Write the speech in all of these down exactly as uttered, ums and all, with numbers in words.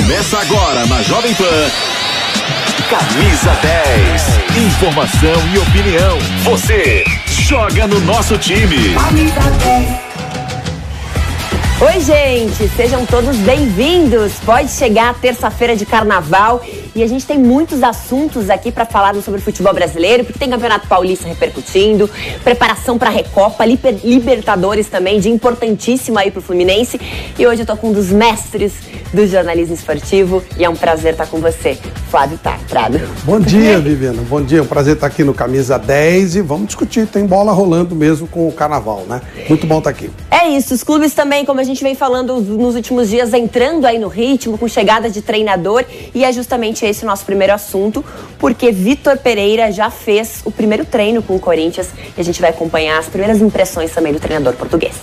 Começa agora na Jovem Pan. Camisa dez. Informação e opinião. Você joga no nosso time. Camisa dez. Oi, gente, sejam todos bem-vindos. Pode chegar a terça-feira de carnaval e a gente tem muitos assuntos aqui para falar sobre o futebol brasileiro, porque tem Campeonato Paulista repercutindo, preparação para a Recopa, Liber- Libertadores também, de importantíssimo aí pro Fluminense. E hoje eu tô com um dos mestres do jornalismo esportivo e é um prazer estar com você, Flávio Prado. Bom dia, Viviana. Bom dia, é um prazer estar aqui no Camisa dez e vamos discutir. Tem bola rolando mesmo com o carnaval, né? Muito bom estar aqui. É isso, os clubes também, como a gente vem falando nos últimos dias, entrando aí no ritmo, com chegada de treinador, e é justamente esse o nosso primeiro assunto, porque Vitor Pereira já fez o primeiro treino com o Corinthians e a gente vai acompanhar as primeiras impressões também do treinador português.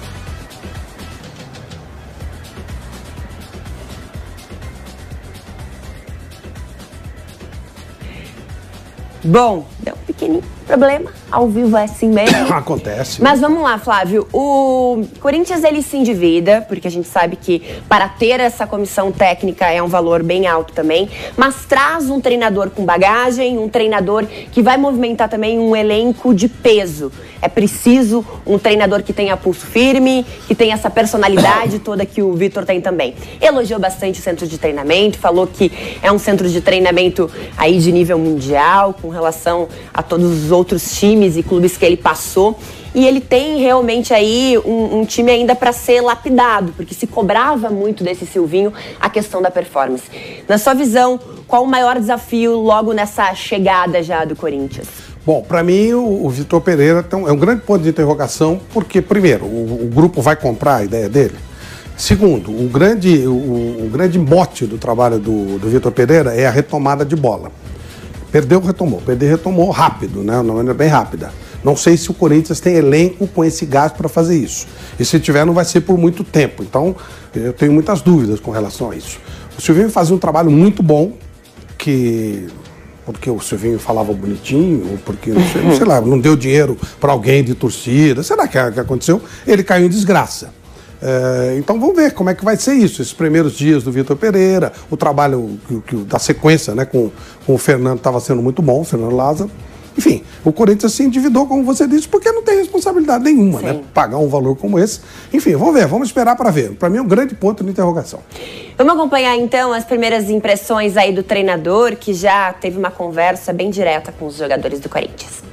Bom, deu um pequenininho problema, ao vivo é assim mesmo. Acontece. Mas vamos lá, Flávio, o Corinthians ele se endivida, porque a gente sabe que para ter essa comissão técnica é um valor bem alto também, mas traz um treinador com bagagem, um treinador que vai movimentar também um elenco de peso. É preciso um treinador que tenha pulso firme, que tenha essa personalidade toda que o Vitor tem também. Elogiou bastante o centro de treinamento, falou que é um centro de treinamento aí de nível mundial, com relação a todos os outros times e clubes que ele passou. E ele tem realmente aí um, um time ainda para ser lapidado, porque se cobrava muito desse Silvinho a questão da performance. Na sua visão, qual o maior desafio logo nessa chegada já do Corinthians? Bom, para mim o, o Vitor Pereira tem um, é um grande ponto de interrogação, porque primeiro, o, o grupo vai comprar a ideia dele. Segundo, o grande, o, o grande mote do trabalho do, do Vitor Pereira é a retomada de bola. Perdeu, retomou. Perdeu, retomou rápido, né? Uma maneira bem rápida. Não sei se o Corinthians tem elenco com esse gasto para fazer isso. E se tiver, não vai ser por muito tempo. Então, eu tenho muitas dúvidas com relação a isso. O Silvinho fazia um trabalho muito bom, que... porque o Silvinho falava bonitinho, ou porque, não sei, sei lá, não deu dinheiro para alguém de torcida. Será que, que aconteceu? Ele caiu em desgraça. É, então vamos ver como é que vai ser isso, esses primeiros dias do Vitor Pereira, o trabalho que, que, da sequência, né, com, com o Fernando estava sendo muito bom, o Fernando Lázaro. Enfim, o Corinthians se endividou, como você disse, porque não tem responsabilidade nenhuma, Sim. né? Pagar um valor como esse. Enfim, vamos ver, vamos esperar para ver. Para mim é um grande ponto de interrogação. Vamos acompanhar então as primeiras impressões aí do treinador, que já teve uma conversa bem direta com os jogadores do Corinthians.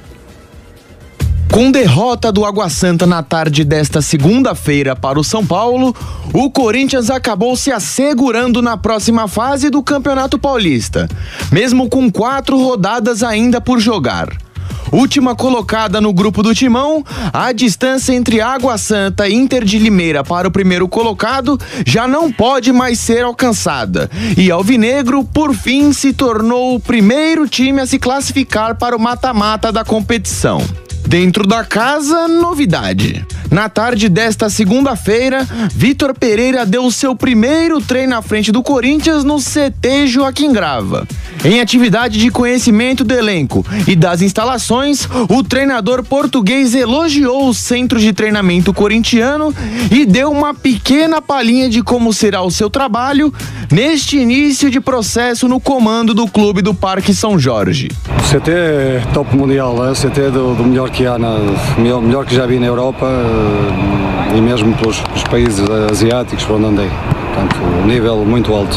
Com derrota do Água Santa na tarde desta segunda-feira para o São Paulo, o Corinthians acabou se assegurando na próxima fase do Campeonato Paulista, mesmo com quatro rodadas ainda por jogar. Última colocada no grupo do Timão, a distância entre Água Santa e Inter de Limeira para o primeiro colocado já não pode mais ser alcançada. E Alvinegro, por fim, se tornou o primeiro time a se classificar para o mata-mata da competição. Dentro da casa, novidade. Na tarde desta segunda-feira, Vitor Pereira deu o seu primeiro treino à frente do Corinthians no C T Joaquim Grava. Em atividade de conhecimento do elenco e das instalações, o treinador português elogiou o centro de treinamento corintiano e deu uma pequena palhinha de como será o seu trabalho neste início de processo no comando do clube do Parque São Jorge. O C T é top mundial, é o C T do, do melhor que há, na, melhor, melhor que já vi na Europa e mesmo pelos, pelos países asiáticos por onde andei. Portanto, um nível muito alto.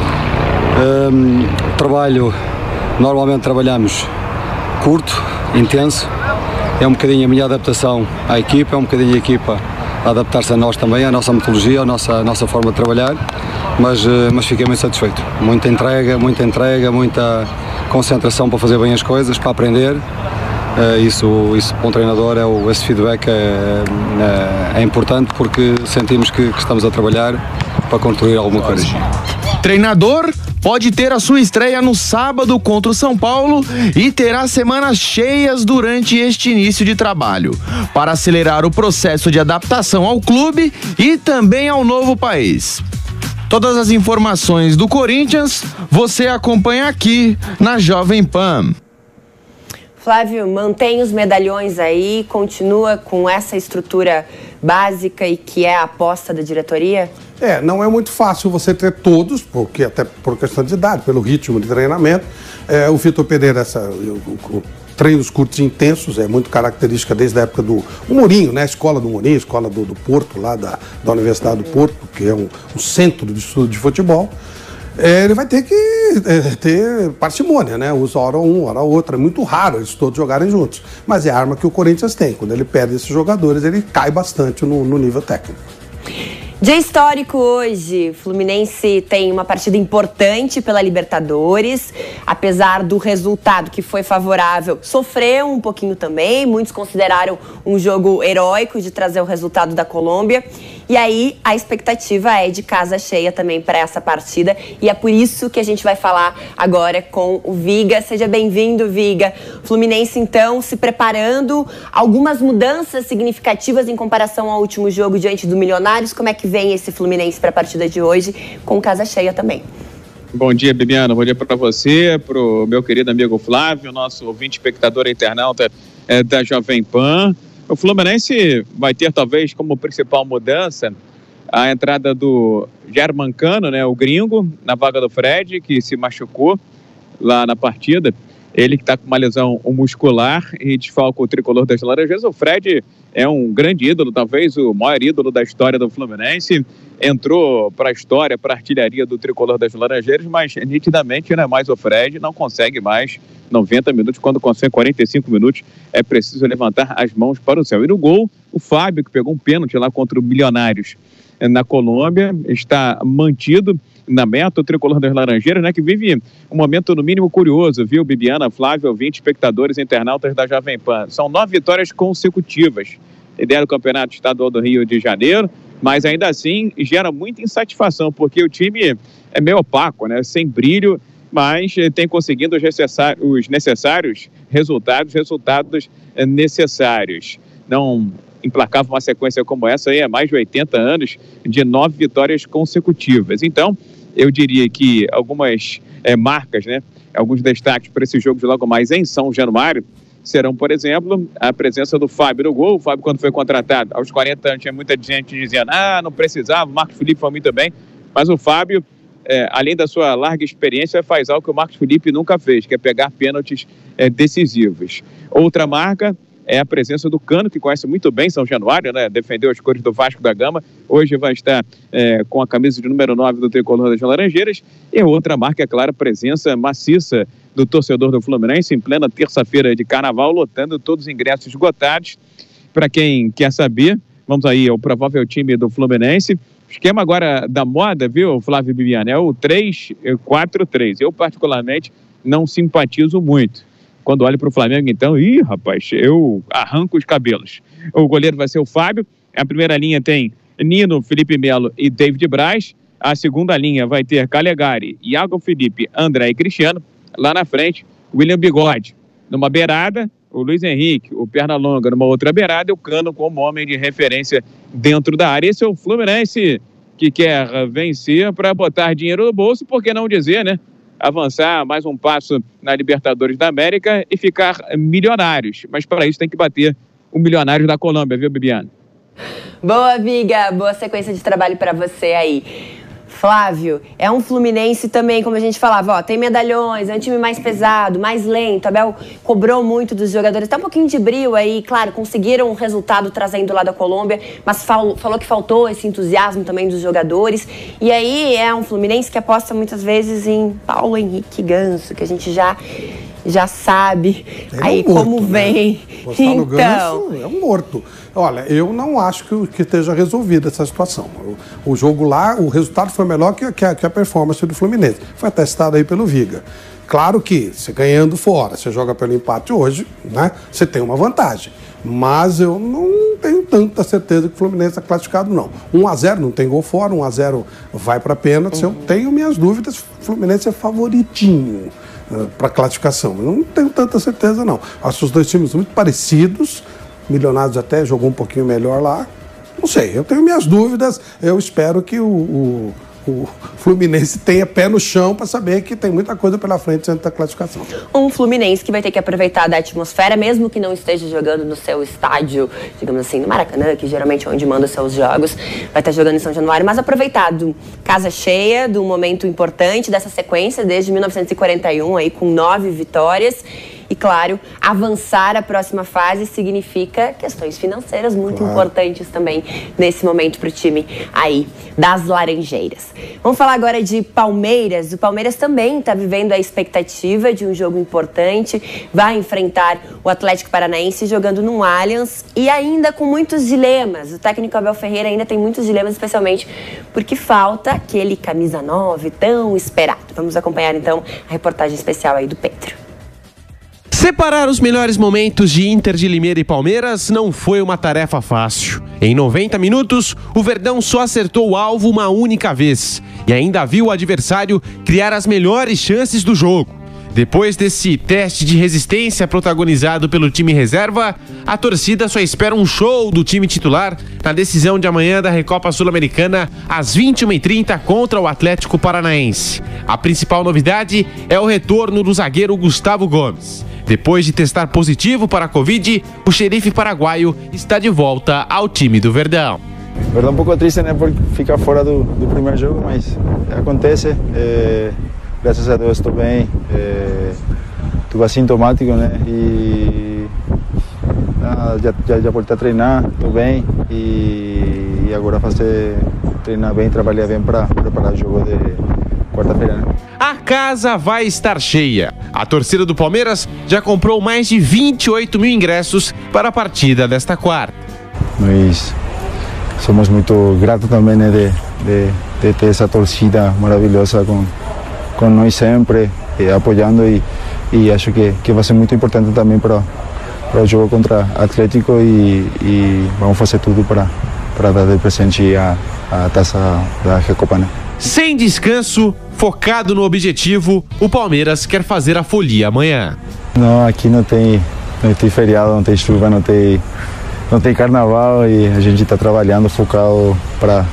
Um, trabalho, normalmente trabalhamos curto, intenso, é um bocadinho a minha adaptação à equipa, é um bocadinho a equipa a adaptar-se a nós também, à nossa metodologia, à nossa, à nossa forma de trabalhar, mas, mas fiquei muito satisfeito. Muita entrega, muita entrega, muita concentração para fazer bem as coisas, para aprender. Uh, isso, isso para um treinador, é o, esse feedback é, é, é importante porque sentimos que, que estamos a trabalhar para construir alguma coisa. Treinador pode ter a sua estreia no sábado contra o São Paulo e terá semanas cheias durante este início de trabalho, para acelerar o processo de adaptação ao clube e também ao novo país. Todas as informações do Corinthians você acompanha aqui na Jovem Pan. Flávio, mantém os medalhões aí, continua com essa estrutura básica e que é a aposta da diretoria? É, não é muito fácil você ter todos, porque até por questão de idade, pelo ritmo de treinamento. É, o Vitor Pereira, essa, o, o, treinos curtos e intensos, é muito característica desde a época do o Mourinho, né? A escola do Mourinho, a escola do, do Porto, lá da, da Universidade do Porto, que é um, um centro de estudo de futebol. É, ele vai ter que é, ter parcimônia, né? Usa hora um, hora outra. É muito raro eles todos jogarem juntos. Mas é a arma que o Corinthians tem. Quando ele perde esses jogadores, ele cai bastante no, no nível técnico. Dia histórico hoje, o Fluminense tem uma partida importante pela Libertadores, apesar do resultado que foi favorável, sofreu um pouquinho também, muitos consideraram um jogo heróico de trazer o resultado da Colômbia, e aí a expectativa é de casa cheia também para essa partida, e é por isso que a gente vai falar agora com o Viga. Seja bem-vindo, Viga. Fluminense então se preparando, algumas mudanças significativas em comparação ao último jogo diante do Milionários. Como é que vem esse Fluminense para a partida de hoje, com casa cheia também? Bom dia, Bibiana. Bom dia para você, para o meu querido amigo Flávio, nosso ouvinte, espectador e internauta é, da Jovem Pan. O Fluminense vai ter, talvez, como principal mudança, a entrada do Germancano, né, o gringo, na vaga do Fred, que se machucou lá na partida. Ele que está com uma lesão muscular e desfalca o tricolor das Laranjeiras. O Fred é um grande ídolo, talvez o maior ídolo da história do Fluminense. Entrou para a história, para a artilharia do tricolor das Laranjeiras, mas nitidamente não é mais o Fred, não consegue mais noventa minutos. Quando consegue quarenta e cinco minutos, é preciso levantar as mãos para o céu. E no gol, o Fábio, que pegou um pênalti lá contra o Milionários na Colômbia, está mantido na meta, o tricolor das Laranjeiras, né, que vive um momento no mínimo curioso, viu, Bibiana, Flávio, ouvinte, espectadores, internautas da Jovem Pan. São nove vitórias consecutivas. Lidera o Campeonato Estadual do Rio de Janeiro, mas ainda assim gera muita insatisfação, porque o time é meio opaco, né, sem brilho, mas tem conseguindo os necessários, os necessários resultados, resultados necessários. Não emplacava uma sequência como essa aí há mais de oitenta anos, de nove vitórias consecutivas. Então, eu diria que algumas é, marcas, né, alguns destaques para esse jogo de logo mais em São Januário serão, por exemplo, a presença do Fábio no gol. O Fábio, quando foi contratado, aos quarenta anos, tinha muita gente dizendo, ah, não precisava, o Marcos Felipe foi muito bem, mas o Fábio, é, além da sua larga experiência, faz algo que o Marcos Felipe nunca fez, que é pegar pênaltis é, decisivos. Outra marca é a presença do Cano, que conhece muito bem São Januário, né? Defendeu as cores do Vasco da Gama, hoje vai estar é, com a camisa de número nove do tricolor das Laranjeiras. E outra marca, é claro, a presença maciça do torcedor do Fluminense em plena terça-feira de carnaval, lotando todos os ingressos esgotados. Para quem quer saber, vamos aí ao provável time do Fluminense. Esquema agora da moda, viu, Flávio Bibiana, é o três quatro três. Eu, particularmente, não simpatizo muito. Quando olho para o Flamengo, então, ih, rapaz, eu arranco os cabelos. O goleiro vai ser o Fábio. A primeira linha tem Nino, Felipe Melo e David Braz. A segunda linha vai ter Calegari, Iago Felipe, André e Cristiano. Lá na frente, William Bigode. Numa beirada, o Luiz Henrique, o Pernalonga numa outra beirada e o Cano como homem de referência dentro da área. Esse é o Fluminense que quer vencer para botar dinheiro no bolso, por que não dizer, né? Avançar mais um passo na Libertadores da América e ficar milionários. Mas para isso tem que bater o milionário da Colômbia, viu, Bibiana? Boa, Viga. Boa sequência de trabalho para você aí. Flávio, é um Fluminense também, como a gente falava, ó, tem medalhões, é um time mais pesado, mais lento. Abel cobrou muito dos jogadores, tá um pouquinho de brio aí, claro, conseguiram um resultado trazendo lá da Colômbia, mas fal, falou que faltou esse entusiasmo também dos jogadores. E aí é um Fluminense que aposta muitas vezes em Paulo Henrique Ganso, que a gente já, já sabe ele aí é um morto, como vem. Né? Então, Ganso é um morto. Olha, eu não acho que, que esteja resolvida essa situação. O, o jogo lá, o resultado foi melhor que, que, a, que a performance do Fluminense. Foi testado aí pelo Viga. Claro que, você ganhando fora, você joga pelo empate hoje, né? Você tem uma vantagem. Mas eu não tenho tanta certeza que o Fluminense está classificado, não. um a zero, não tem gol fora, um a zero vai para pênalti. Uhum. Eu tenho minhas dúvidas, o Fluminense é favoritinho uh, para classificação. Eu não tenho tanta certeza, não. Acho os dois times muito parecidos. Milionários até jogou um pouquinho melhor lá. Não sei, eu tenho minhas dúvidas. Eu espero que o, o, o Fluminense tenha pé no chão para saber que tem muita coisa pela frente antes da classificação. Um Fluminense que vai ter que aproveitar da atmosfera, mesmo que não esteja jogando no seu estádio, digamos assim, no Maracanã, que geralmente é onde manda os seus jogos, vai estar jogando em São Januário, mas aproveitar do casa cheia, do momento importante dessa sequência, desde mil novecentos e quarenta e um, aí, com nove vitórias. E, claro, avançar a próxima fase significa questões financeiras muito claro. importantes também nesse momento para o time aí das Laranjeiras. Vamos falar agora de Palmeiras. O Palmeiras também está vivendo a expectativa de um jogo importante. Vai enfrentar o Atlético Paranaense jogando no Allianz e ainda com muitos dilemas. O técnico Abel Ferreira ainda tem muitos dilemas, especialmente porque falta aquele camisa nove tão esperado. Vamos acompanhar, então, a reportagem especial aí do Pedro. Separar os melhores momentos de Inter de Limeira e Palmeiras não foi uma tarefa fácil. Em noventa minutos, o Verdão só acertou o alvo uma única vez e ainda viu o adversário criar as melhores chances do jogo. Depois desse teste de resistência protagonizado pelo time reserva, a torcida só espera um show do time titular na decisão de amanhã da Recopa Sul-Americana às vinte e uma e trinta contra o Atlético Paranaense. A principal novidade é o retorno do zagueiro Gustavo Gomes. Depois de testar positivo para a Covid, o xerife paraguaio está de volta ao time do Verdão. Verdade um pouco triste, né, por ficar fora do, do primeiro jogo, mas acontece. É, graças a Deus estou bem, é, estou assintomático, né, e ah, já, já, já voltei a treinar, estou bem e, e agora fazer treinar bem, trabalhar bem para preparar o jogo de quarta-feira, né? A casa vai estar cheia. A torcida do Palmeiras já comprou mais de vinte e oito mil ingressos para a partida desta quarta. Nós somos muito gratos também, né, de, de, de ter essa torcida maravilhosa com, com nós sempre, eh, apoiando e, e acho que, que vai ser muito importante também para, para o jogo contra o Atlético e, e vamos fazer tudo para, para dar de presente a, a taça da Recopa, né? Sem descanso, focado no objetivo, o Palmeiras quer fazer a folia amanhã. Não, aqui não tem, não tem feriado, não tem chuva, não tem, não tem carnaval e a gente está trabalhando focado para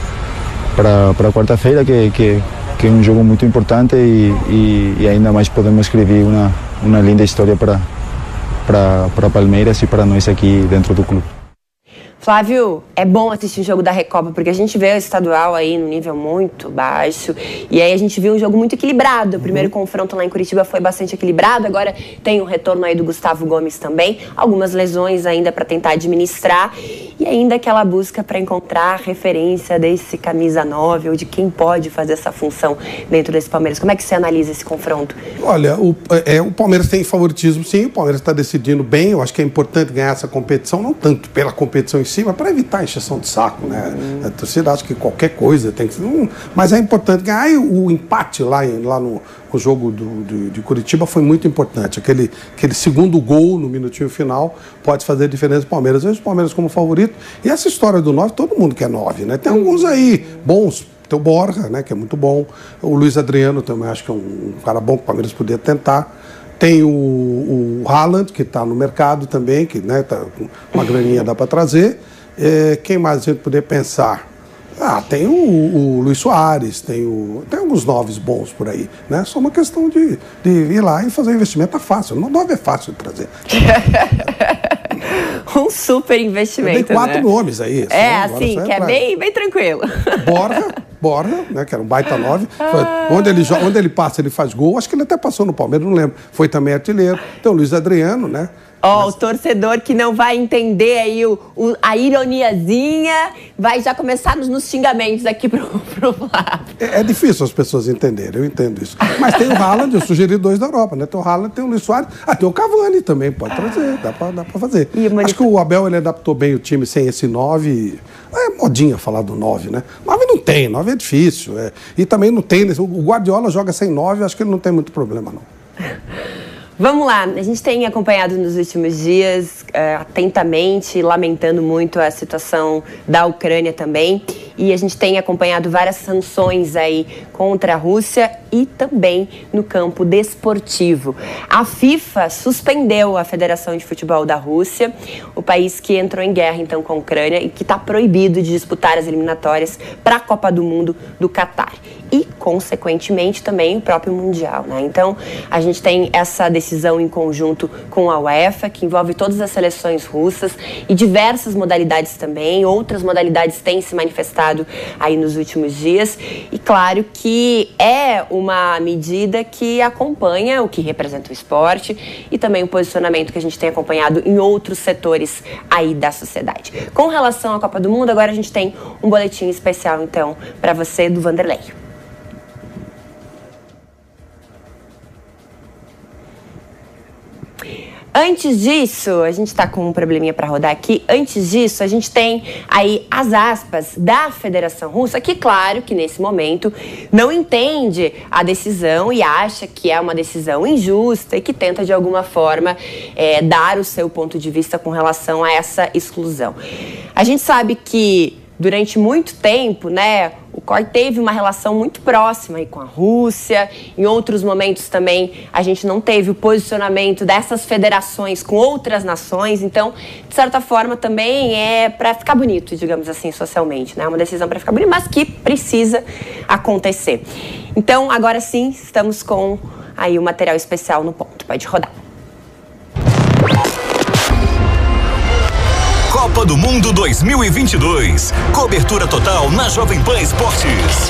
para quarta-feira, que, que, que é um jogo muito importante e, e, e ainda mais podemos escrever uma, uma linda história para para Palmeiras e para nós aqui dentro do clube. Flávio, é bom assistir o jogo da Recopa, porque a gente vê o estadual aí no nível muito baixo, e aí a gente viu um jogo muito equilibrado. O primeiro uhum. confronto lá em Curitiba foi bastante equilibrado, agora tem o retorno aí do Gustavo Gomes também, algumas lesões ainda para tentar administrar, e ainda aquela busca para encontrar a referência desse camisa nove, ou de quem pode fazer essa função dentro desse Palmeiras. Como é que você analisa esse confronto? Olha, o, é, o Palmeiras tem favoritismo sim, o Palmeiras está decidindo bem, eu acho que é importante ganhar essa competição, não tanto pela competição em si, mas para evitar a encheção de saco, né? Hum. A torcida acha que qualquer coisa tem que ser. Hum, mas é importante ganhar. E o empate lá, lá no, no jogo do, do, de Curitiba foi muito importante. Aquele, aquele segundo gol no minutinho final pode fazer diferença para o Palmeiras. Eu vejo o Palmeiras como favorito. E essa história do nove, todo mundo quer nove, né? Tem alguns aí bons. Tem o Borja, né? Que é muito bom. O Luiz Adriano também acho que é um, um cara bom que o Palmeiras poderia tentar. Tem o, o Haaland, que está no mercado também, que, né, tá, uma graninha dá para trazer. É, quem mais a gente poder pensar? Ah, tem o, o Luiz Soares, tem, o, tem alguns noves bons por aí, né? Só uma questão de, de ir lá e fazer um investimento, tá fácil. O nove é fácil de trazer. Um super investimento, tem quatro né? nomes aí. É, assim, que é bem, bem tranquilo. Borja, Borja, né, que era um baita nove. Ah. Onde, ele, onde ele passa, ele faz gol. Acho que ele até passou no Palmeiras, não lembro. Foi também artilheiro. Tem o Luiz Adriano, né? Ó, oh, mas... o torcedor que não vai entender aí o, o, a ironiazinha vai já começar nos, nos xingamentos aqui pro, pro Flávio. É, é difícil as pessoas entenderem, eu entendo isso. Mas tem o Haaland, eu sugeri dois da Europa, né? Tem o Haaland, tem o Luiz Soares, ah, tem o Cavani também, pode trazer, dá pra, dá pra fazer. Acho que o Abel, ele adaptou bem o time sem esse nove. É modinha falar do nove, né? nove não tem, nove é difícil. É. E também não tem, o Guardiola joga sem nove, acho que ele não tem muito problema, não. Vamos lá, a gente tem acompanhado nos últimos dias, uh, atentamente, lamentando muito a situação da Ucrânia também, e a gente tem acompanhado várias sanções aí contra a Rússia e também no campo desportivo. A FIFA suspendeu a Federação de Futebol da Rússia, o país que entrou em guerra então com a Ucrânia e que está proibido de disputar as eliminatórias para a Copa do Mundo do Catar. E, consequentemente, também o próprio Mundial, né? Então, a gente tem essa decisão em conjunto com a UEFA, que envolve todas as seleções russas e diversas modalidades também. Outras modalidades têm se manifestado aí nos últimos dias. E, claro, que é uma medida que acompanha o que representa o esporte e também o posicionamento que a gente tem acompanhado em outros setores aí da sociedade. Com relação à Copa do Mundo, agora a gente tem um boletim especial, então, para você do Vanderlei. Antes disso, a gente está com um probleminha para rodar aqui. Antes disso, a gente tem aí as aspas da Federação Russa, que claro que nesse momento não entende a decisão e acha que é uma decisão injusta e que tenta de alguma forma é, dar o seu ponto de vista com relação a essa exclusão. A gente sabe que durante muito tempo, né, o C O I teve uma relação muito próxima aí com a Rússia. Em outros momentos também a gente não teve o posicionamento dessas federações com outras nações. Então, de certa forma, também é para ficar bonito, digamos assim, socialmente, né? Uma decisão para ficar bonito, mas que precisa acontecer. Então, agora sim, estamos com aí o material especial no ponto. Pode rodar. Copa do Mundo dois mil e vinte e dois. Cobertura total na Jovem Pan Esportes.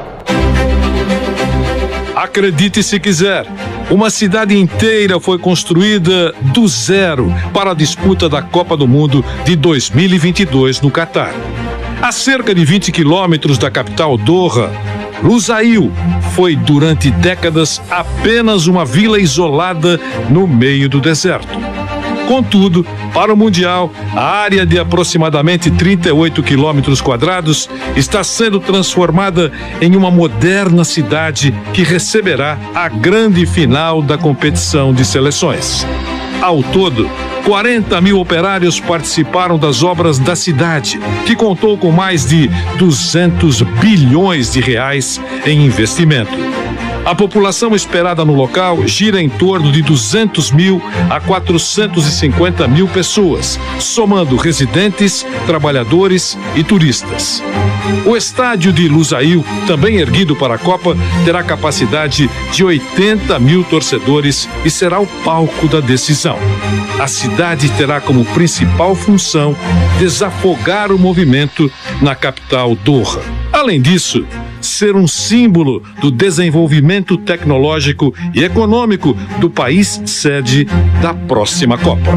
Acredite se quiser, uma cidade inteira foi construída do zero para a disputa da Copa do Mundo de dois mil e vinte e dois no Catar. A cerca de vinte quilômetros da capital Doha, Lusail foi durante décadas apenas uma vila isolada no meio do deserto. Contudo, para o Mundial, a área de aproximadamente trinta e oito quilômetros quadrados está sendo transformada em uma moderna cidade que receberá a grande final da competição de seleções. Ao todo, quarenta mil operários participaram das obras da cidade, que contou com mais de duzentos bilhões de reais em investimento. A população esperada no local gira em torno de duzentos mil a quatrocentos e cinquenta mil pessoas, somando residentes, trabalhadores e turistas. O estádio de Lusail, também erguido para a Copa, terá capacidade de oitenta mil torcedores e será o palco da decisão. A cidade terá como principal função desafogar o movimento na capital Doha. Além disso, ser um símbolo do desenvolvimento tecnológico e econômico do país sede da próxima Copa.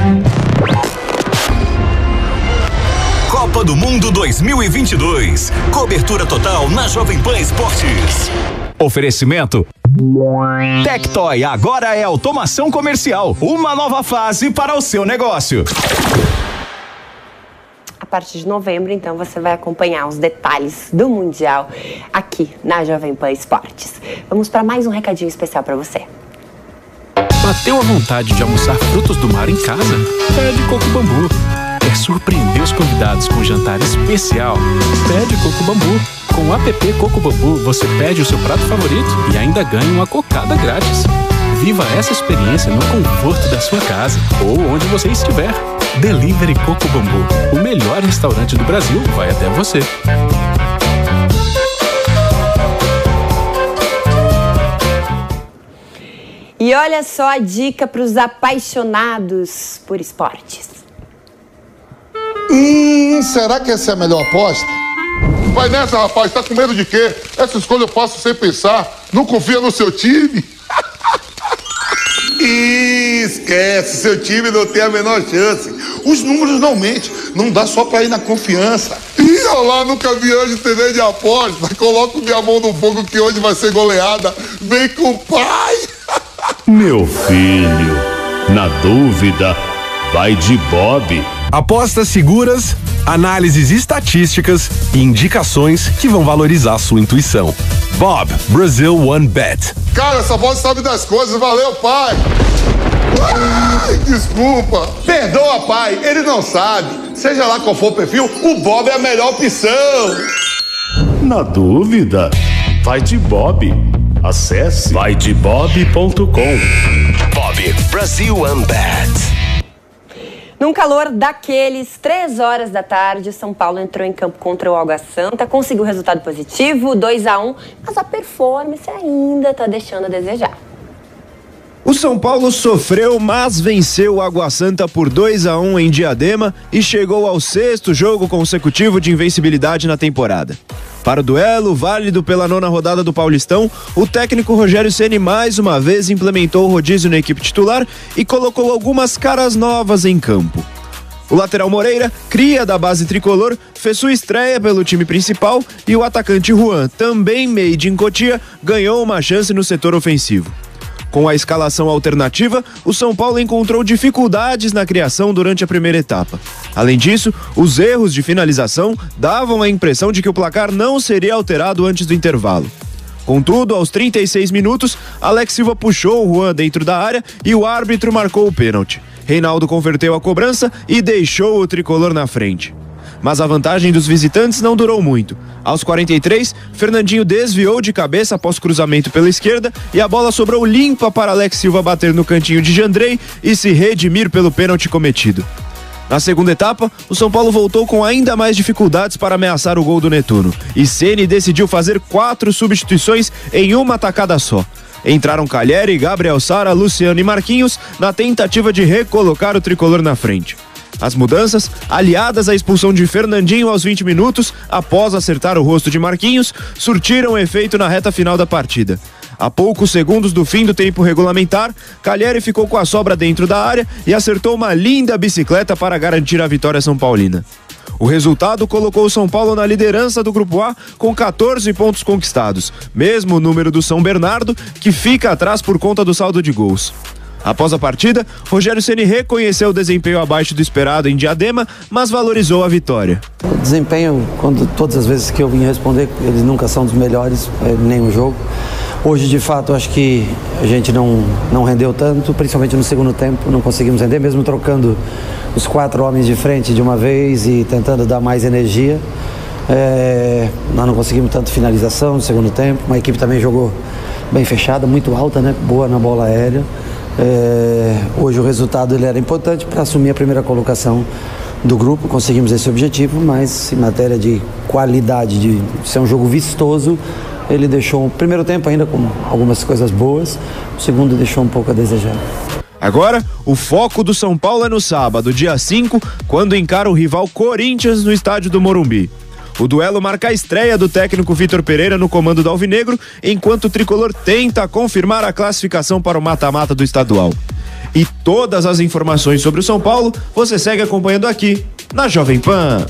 Copa do Mundo dois mil e vinte e dois. Cobertura total na Jovem Pan Esportes. Oferecimento Tectoy, agora é automação comercial. Uma nova fase para o seu negócio. A partir de novembro, então, você vai acompanhar os detalhes do Mundial aqui na Jovem Pan Esportes. Vamos para mais um recadinho especial para você. Bateu a vontade de almoçar frutos do mar em casa? Pede Coco Bambu. Quer surpreender os convidados com um jantar especial? Pede Coco Bambu. Com o app Coco Bambu, você pede o seu prato favorito e ainda ganha uma cocada grátis. Viva essa experiência no conforto da sua casa ou onde você estiver. Delivery Coco Bambu, o melhor restaurante do Brasil, vai até você. E olha só a dica para os apaixonados por esportes. Hum, será que essa é a melhor aposta? Vai nessa, rapaz, tá com medo de quê? Essa escolha eu faço sem pensar. Não confia no seu time? Esquece, seu time não tem a menor chance. Os números não mentem, não dá só pra ir na confiança. Ih, olá, nunca vi hoje T V de aposta. Coloco minha mão no fogo que hoje vai ser goleada. Vem com o pai. Meu filho, na dúvida, vai de Bob. Apostas seguras, análises estatísticas e indicações que vão valorizar sua intuição. Bob, Brazil One Bet. Cara, essa voz sabe das coisas, valeu, pai. Ai, desculpa. Perdoa, pai, ele não sabe. Seja lá qual for o perfil, o Bob é a melhor opção. Na dúvida, vai de Bob. Acesse vai de bob ponto com. Bob Brasil Unbat. Num calor daqueles, três horas da tarde, São Paulo entrou em campo contra o Água Santa, conseguiu resultado positivo, dois a um, mas a performance ainda está deixando a desejar. O São Paulo sofreu, mas venceu o Água Santa por dois a um em Diadema e chegou ao sexto jogo consecutivo de invencibilidade na temporada. Para o duelo, válido pela nona rodada do Paulistão, o técnico Rogério Ceni mais uma vez implementou o rodízio na equipe titular e colocou algumas caras novas em campo. O lateral Moreira, cria da base tricolor, fez sua estreia pelo time principal e o atacante Juan, também made in Cotia, ganhou uma chance no setor ofensivo. Com a escalação alternativa, o São Paulo encontrou dificuldades na criação durante a primeira etapa. Além disso, os erros de finalização davam a impressão de que o placar não seria alterado antes do intervalo. Contudo, aos trinta e seis minutos, Alex Silva puxou o Juan dentro da área e o árbitro marcou o pênalti. Reinaldo converteu a cobrança e deixou o tricolor na frente. Mas a vantagem dos visitantes não durou muito. Aos quarenta e três, Fernandinho desviou de cabeça após cruzamento pela esquerda e a bola sobrou limpa para Alex Silva bater no cantinho de Jandrei e se redimir pelo pênalti cometido. Na segunda etapa, o São Paulo voltou com ainda mais dificuldades para ameaçar o gol do Netuno e Ceni decidiu fazer quatro substituições em uma tacada só. Entraram Calheri, Gabriel Sara, Luciano e Marquinhos na tentativa de recolocar o tricolor na frente. As mudanças, aliadas à expulsão de Fernandinho aos vinte minutos, após acertar o rosto de Marquinhos, surtiram efeito na reta final da partida. A poucos segundos do fim do tempo regulamentar, Calheri ficou com a sobra dentro da área e acertou uma linda bicicleta para garantir a vitória são paulina. O resultado colocou o São Paulo na liderança do Grupo A com quatorze pontos conquistados, mesmo número do São Bernardo, que fica atrás por conta do saldo de gols. Após a partida, Rogério Ceni reconheceu o desempenho abaixo do esperado em Diadema, mas valorizou a vitória. O desempenho, quando todas as vezes que eu vim responder, eles nunca são dos melhores, nem o jogo. Hoje, de fato, acho que a gente não, não rendeu tanto, principalmente no segundo tempo, não conseguimos render, mesmo trocando os quatro homens de frente de uma vez e tentando dar mais energia. É, nós não conseguimos tanto finalização no segundo tempo, uma equipe também jogou bem fechada, muito alta, né? Boa na bola aérea. É, hoje o resultado ele era importante para assumir a primeira colocação do grupo, conseguimos esse objetivo, mas em matéria de qualidade, de ser um jogo vistoso, ele deixou o primeiro tempo ainda com algumas coisas boas, o segundo deixou um pouco a desejar. Agora, o foco do São Paulo é no sábado, dia cinco, quando encara o rival Corinthians no estádio do Morumbi. O duelo marca a estreia do técnico Vitor Pereira no comando do Alvinegro, enquanto o tricolor tenta confirmar a classificação para o mata-mata do estadual. E todas as informações sobre o São Paulo você segue acompanhando aqui na Jovem Pan.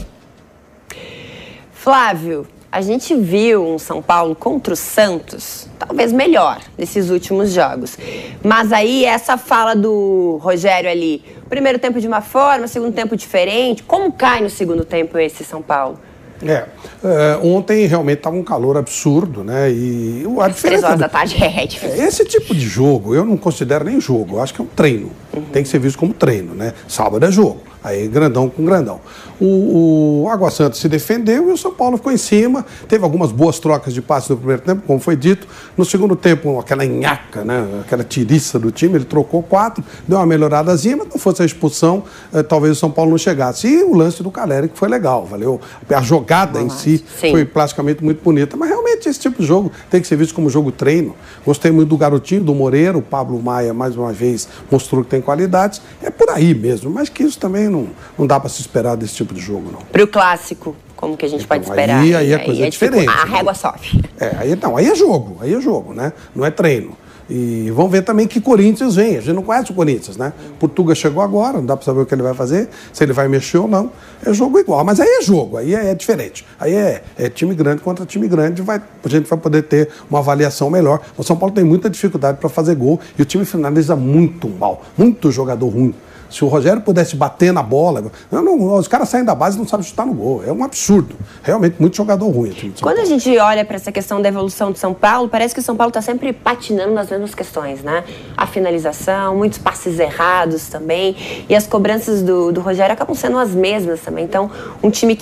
Flávio, a gente viu um São Paulo contra o Santos, talvez melhor nesses últimos jogos. Mas aí essa fala do Rogério ali, primeiro tempo de uma forma, segundo tempo diferente, como cai no segundo tempo esse São Paulo? É, é, ontem realmente estava um calor absurdo, né? E a Às três horas da tarde é difícil. Esse tipo de jogo eu não considero nem jogo, eu acho que é um treino. Uhum. Tem que ser visto como treino, né? Sábado é jogo. Aí grandão com grandão. O, o Água Santa se defendeu e o São Paulo ficou em cima. Teve algumas boas trocas de passes no primeiro tempo, como foi dito. No segundo tempo, aquela nhaca, né? Aquela tiriça do time, ele trocou quatro, deu uma melhoradazinha, mas não fosse a expulsão, eh, talvez o São Paulo não chegasse. E o lance do Calheri, que foi legal, valeu. A jogada em si Sim. foi plasticamente muito bonita. Mas realmente esse tipo de jogo tem que ser visto como jogo treino. Gostei muito do garotinho, do Moreira. O Pablo Maia, mais uma vez, mostrou que tem qualidades. É por aí mesmo, mas que isso também não, não dá para se esperar desse tipo de jogo, não. Para o clássico, como que a gente então, pode esperar? Aí, aí é coisa aí é diferente. Tipo, a régua sobe. É, aí, não, aí é jogo, aí é jogo, né? Não é treino. E vamos ver também que Corinthians vem. A gente não conhece o Corinthians, né? Portuga chegou agora, não dá para saber o que ele vai fazer, se ele vai mexer ou não. É jogo igual, mas aí é jogo, aí é, é diferente. Aí é, é time grande contra time grande, vai, a gente vai poder ter uma avaliação melhor. O São Paulo tem muita dificuldade para fazer gol e o time finaliza muito mal, muito jogador ruim. Se o Rogério pudesse bater na bola... Não, não, os caras saem da base e não sabem chutar no gol. É um absurdo. Realmente, muito jogador ruim. Quando a gente olha para essa questão da evolução de São Paulo, parece que o São Paulo está sempre patinando nas mesmas questões, né? A finalização, muitos passes errados também. E as cobranças do, do Rogério acabam sendo as mesmas também. Então, um time que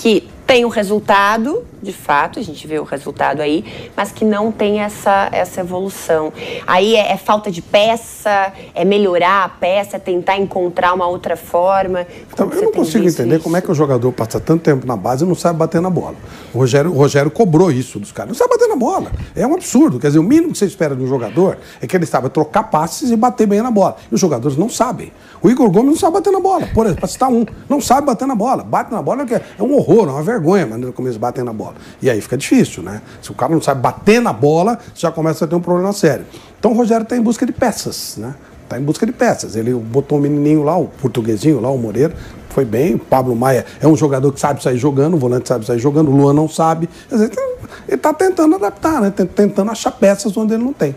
tem o resultado, de fato, a gente vê o resultado aí, mas que não tem essa, essa evolução. Aí é, é falta de peça, é melhorar a peça, é tentar encontrar uma outra forma. Então, eu não consigo entender isso? Como é que o jogador passa tanto tempo na base e não sabe bater na bola. O Rogério, o Rogério cobrou isso dos caras. Não sabe bater na bola. É um absurdo. Quer dizer, o mínimo que você espera de um jogador é que ele saiba trocar passes e bater bem na bola. E os jogadores não sabem. O Igor Gomes não sabe bater na bola. Por exemplo, para citar um, não sabe bater na bola. Bate na bola é um horror, é uma vergonha a maneira como eles batem na bola. E aí fica difícil, né? Se o cara não sabe bater na bola, já começa a ter um problema sério. Então o Rogério está em busca de peças, né? Está em busca de peças. Ele botou o menininho lá, o portuguesinho lá, o Moreira, foi bem. O Pablo Maia é um jogador que sabe sair jogando, o volante sabe sair jogando, o Luan não sabe. Quer dizer, ele está tentando adaptar, né? Tentando achar peças onde ele não tem.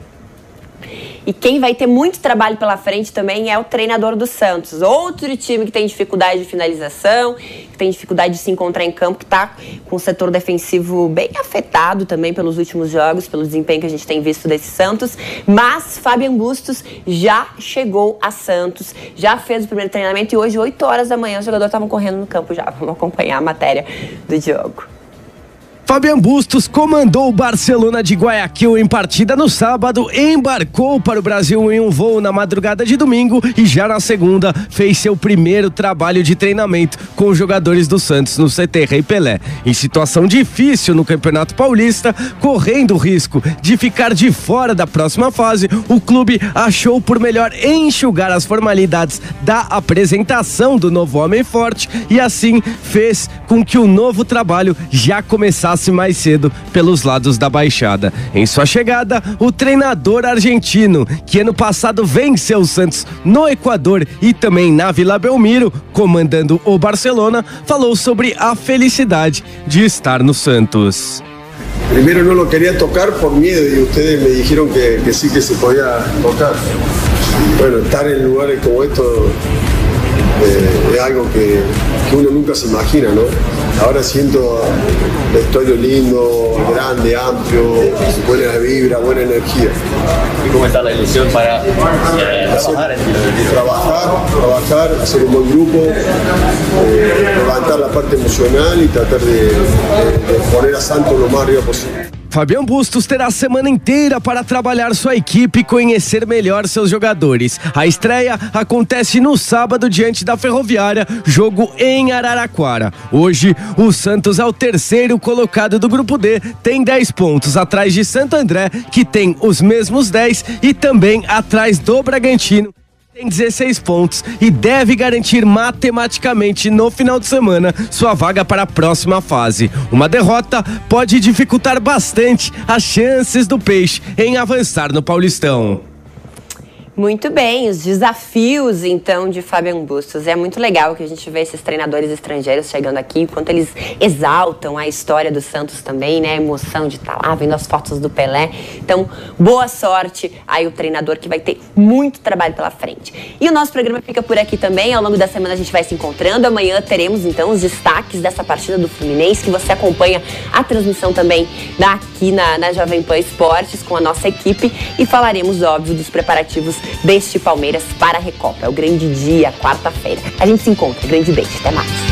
E quem vai ter muito trabalho pela frente também é o treinador do Santos. Outro time que tem dificuldade de finalização, que tem dificuldade de se encontrar em campo, que está com o setor defensivo bem afetado também pelos últimos jogos, pelo desempenho que a gente tem visto desse Santos. Mas Fabian Bustos já chegou a Santos, já fez o primeiro treinamento e hoje, oito horas da manhã, os jogadores estavam correndo no campo já. Vamos acompanhar a matéria do Diogo. Fabian Bustos comandou o Barcelona de Guayaquil em partida no sábado, embarcou para o Brasil em um voo na madrugada de domingo e já na segunda fez seu primeiro trabalho de treinamento com os jogadores do Santos no C T Rei Pelé. Em situação difícil no Campeonato Paulista, correndo o risco de ficar de fora da próxima fase, o clube achou por melhor enxugar as formalidades da apresentação do novo Homem Forte e assim fez com que o novo trabalho já começasse mais cedo pelos lados da Baixada. Em sua chegada, o treinador argentino, que ano passado venceu o Santos no Equador e também na Vila Belmiro, comandando o Barcelona, falou sobre a felicidade de estar no Santos. Primero no lo quería tocar por miedo y ustedes me dijeron que, que sí que se podía tocar. Bueno, estar en lugares como estos eh, es algo que, que uno nunca se imagina, ¿no? Ahora siento vestuario lindo, grande, amplio, buena vibra, buena energía. ¿Y cómo está la ilusión para eh, trabajar? Trabajar, trabajar, hacer un buen grupo, eh, levantar la parte emocional y tratar de, de, de poner a Santos lo más arriba posible. Fabian Bustos terá a semana inteira para trabalhar sua equipe e conhecer melhor seus jogadores. A estreia acontece no sábado diante da Ferroviária, jogo em Araraquara. Hoje, o Santos é o terceiro colocado do Grupo D, tem dez pontos, atrás de Santo André, que tem os mesmos dez, e também atrás do Bragantino, tem dezesseis pontos e deve garantir matematicamente no final de semana sua vaga para a próxima fase. Uma derrota pode dificultar bastante as chances do Peixe em avançar no Paulistão. Muito bem, os desafios então de Fabian Bustos. É muito legal que a gente vê esses treinadores estrangeiros chegando aqui, quanto eles exaltam a história do Santos também, né? A emoção de estar lá, vendo as fotos do Pelé. Então, boa sorte aí o treinador que vai ter muito trabalho pela frente. E o nosso programa fica por aqui também. Ao longo da semana a gente vai se encontrando. Amanhã teremos então os destaques dessa partida do Fluminense, que você acompanha a transmissão também aqui na, na Jovem Pan Esportes com a nossa equipe e falaremos, óbvio, dos preparativos deste Palmeiras para a Recopa. É o grande dia, quarta-feira. A gente se encontra. Grande beijo. Até mais.